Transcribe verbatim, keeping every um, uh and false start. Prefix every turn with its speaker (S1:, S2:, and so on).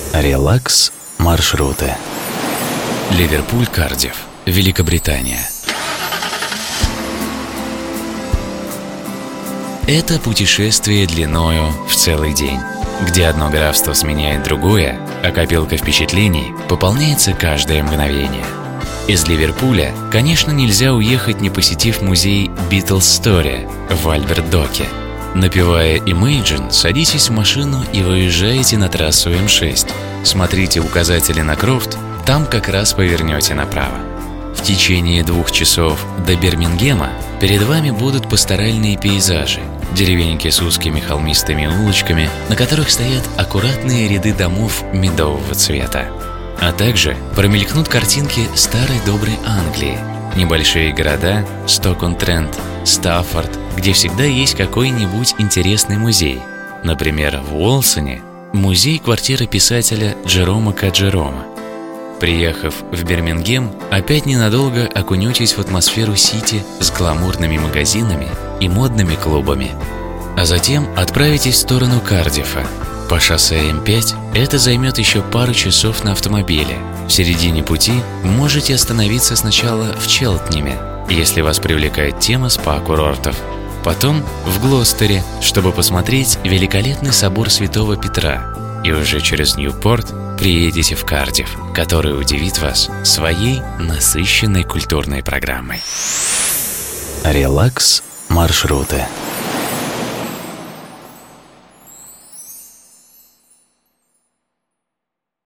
S1: Релакс маршруты. Ливерпуль, Кардифф, Великобритания. Это путешествие длиною в целый день, где одно графство сменяет другое, а копилка впечатлений пополняется каждое мгновение. Из Ливерпуля, конечно, нельзя уехать, не посетив музей Beatles Story в Альберт-Доке. Напевая Imagine, садитесь в машину и выезжаете на трассу эм шесть. Смотрите указатели на Крофт, там как раз повернете направо. В течение двух часов до Бирмингема перед вами будут пасторальные пейзажи, деревеньки с узкими холмистыми улочками, на которых стоят аккуратные ряды домов медового цвета. А также промелькнут картинки старой доброй Англии, небольшие города Сток-он-Трент, Стаффорд, где всегда есть какой-нибудь интересный музей. Например, в Уолсоне музей квартиры писателя Джерома Каджерома. Приехав в Бирмингем, опять ненадолго окунетесь в атмосферу Сити с гламурными магазинами и модными клубами. А затем отправитесь в сторону Кардиффа. По шоссе эм пять это займет еще пару часов на автомобиле. В середине пути можете остановиться сначала в Челтнеме, если вас привлекает тема спа-курортов. Потом в Глостере, чтобы посмотреть великолепный собор Святого Петра. И уже через Ньюпорт приедете в Кардифф, который удивит вас своей насыщенной культурной программой. Релакс маршруты.